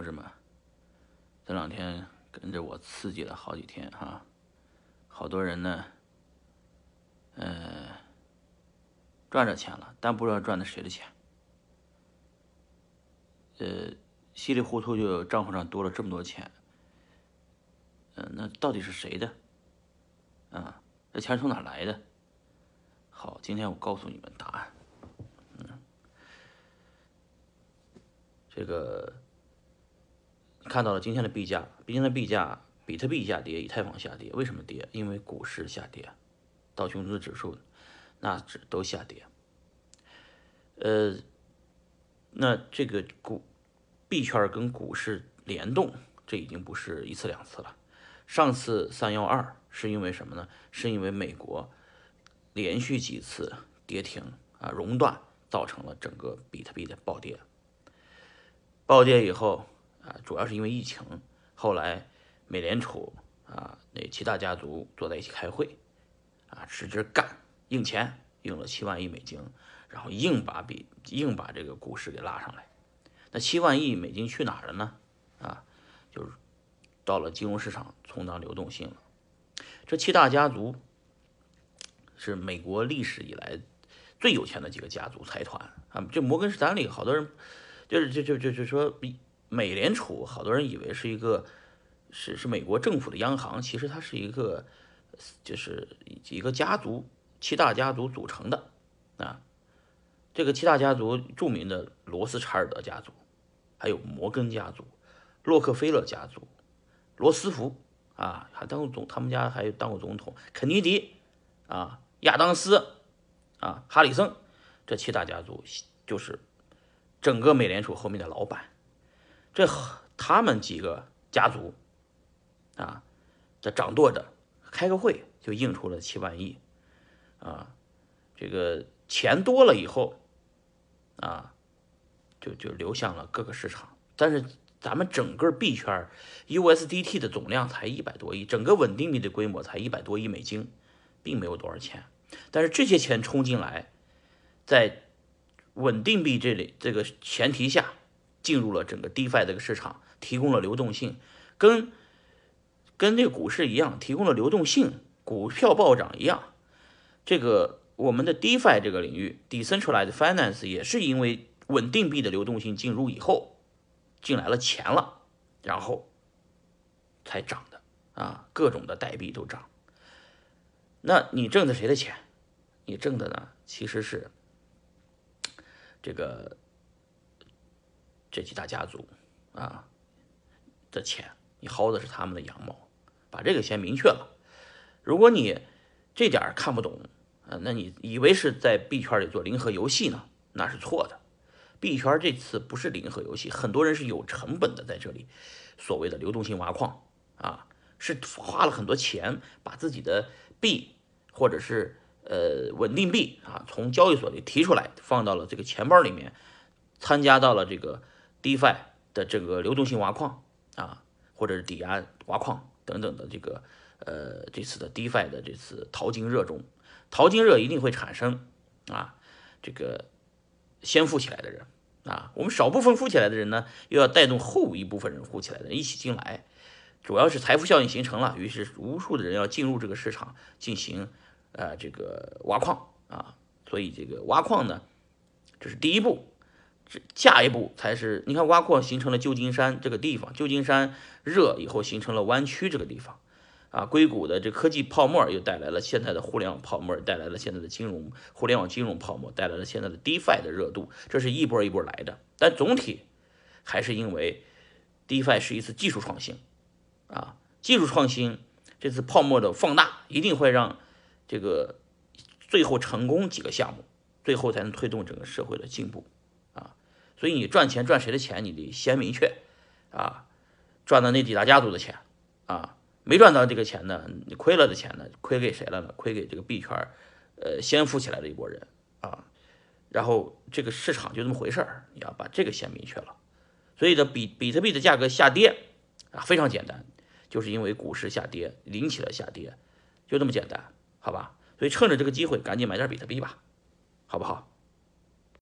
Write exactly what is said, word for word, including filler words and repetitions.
志们，这两天跟着我刺激了好几天哈，好多人呢，呃，赚着钱了，但不知道赚的谁的钱，呃，稀里糊涂就账户上多了这么多钱，嗯、呃，那到底是谁的？啊，这钱从哪来的？好，今天我告诉你们答案。嗯，这个看到了今天的币价，今天的币价，比特币下跌，以太坊下跌，为什么跌？因为股市下跌，道琼斯指数、纳指都下跌。呃，那这个股币圈跟股市联动，这已经不是一次两次了。上次三幺二是因为什么呢？是因为美国连续几次跌停啊熔断，造成了整个比特币的暴跌。暴跌以后啊，主要是因为疫情。后来美联储啊那七大家族坐在一起开会啊，使劲干，印钱，印了七万亿美金，然后硬把比硬把这个股市给拉上来。那七万亿美金去哪儿了呢？啊，就是到了金融市场充当流动性了。这七大家族是美国历史以来最有钱的几个家族财团啊。这摩根士丹利，好多人就是就就就就说美联储，好多人以为是一个是是美国政府的央行，其实它是一个就是一个家族，七大家族组成的啊。这个七大家族著名的罗斯柴尔德家族，还有摩根家族、洛克菲勒家族、罗斯福啊，还当过总，他们家还当过总统，肯尼迪啊、亚当斯啊、哈里森，这七大家族就是整个美联储后面的老板。这他们几个家族啊，这掌舵着开个会就印出了七万亿啊，这个钱多了以后啊，就就流向了各个市场。但是咱们整个币圈 U S D T 的总量才一百多亿，整个稳定币的规模才一百多亿美金，并没有多少钱。但是这些钱冲进来，在稳定币这里这个前提下，进入了整个 DeFi 这个市场，提供了流动性，跟跟这个股市一样，提供了流动性，股票暴涨一样。这个我们的 DeFi 这个领域 Decentralized Finance 也是因为稳定币的流动性进入以后，进来了钱了，然后才涨的啊，各种的代币都涨。那你挣的谁的钱？你挣的呢，其实是这个这几大家族啊的钱，你薅的是他们的羊毛，把这个先明确了。如果你这点看不懂啊，那你以为是在币圈里做零和游戏呢？那是错的。币圈这次不是零和游戏，很多人是有成本的在这里，所谓的流动性挖矿啊，是花了很多钱把自己的币或者是呃稳定币啊从交易所里提出来，放到了这个钱包里面，参加到了这个 DeFi 的这个流动性挖矿啊，或者是抵押挖矿等等的这个呃这次的 DeFi 的这次淘金热中，淘金热一定会产生啊这个先富起来的人啊，我们少部分富起来的人呢，又要带动后一部分人富起来的人一起进来，主要是财富效应形成了，于是无数的人要进入这个市场进行呃这个挖矿啊，所以这个挖矿呢，这是第一步。下一步才是，你看挖矿形成了旧金山这个地方，旧金山热以后形成了湾区这个地方，啊，硅谷的这科技泡沫又带来了现在的互联网泡沫，带来了现在的金融互联网金融泡沫，带来了现在的 DeFi 的热度，这是一波一波来的。但总体还是因为 DeFi 是一次技术创新，啊，技术创新这次泡沫的放大，一定会让这个最后成功几个项目，最后才能推动整个社会的进步。所以你赚钱赚谁的钱，你得先明确啊，赚到那几大家族的钱啊，没赚到这个钱呢，你亏了的钱呢，亏给谁了呢？亏给这个币圈呃先富起来的一波人啊，然后这个市场就这么回事儿，你要把这个先明确了。所以的比比特币的价格下跌啊，非常简单，就是因为股市下跌引起了下跌，就这么简单，好吧？所以趁着这个机会，赶紧买点比特币吧，好不好？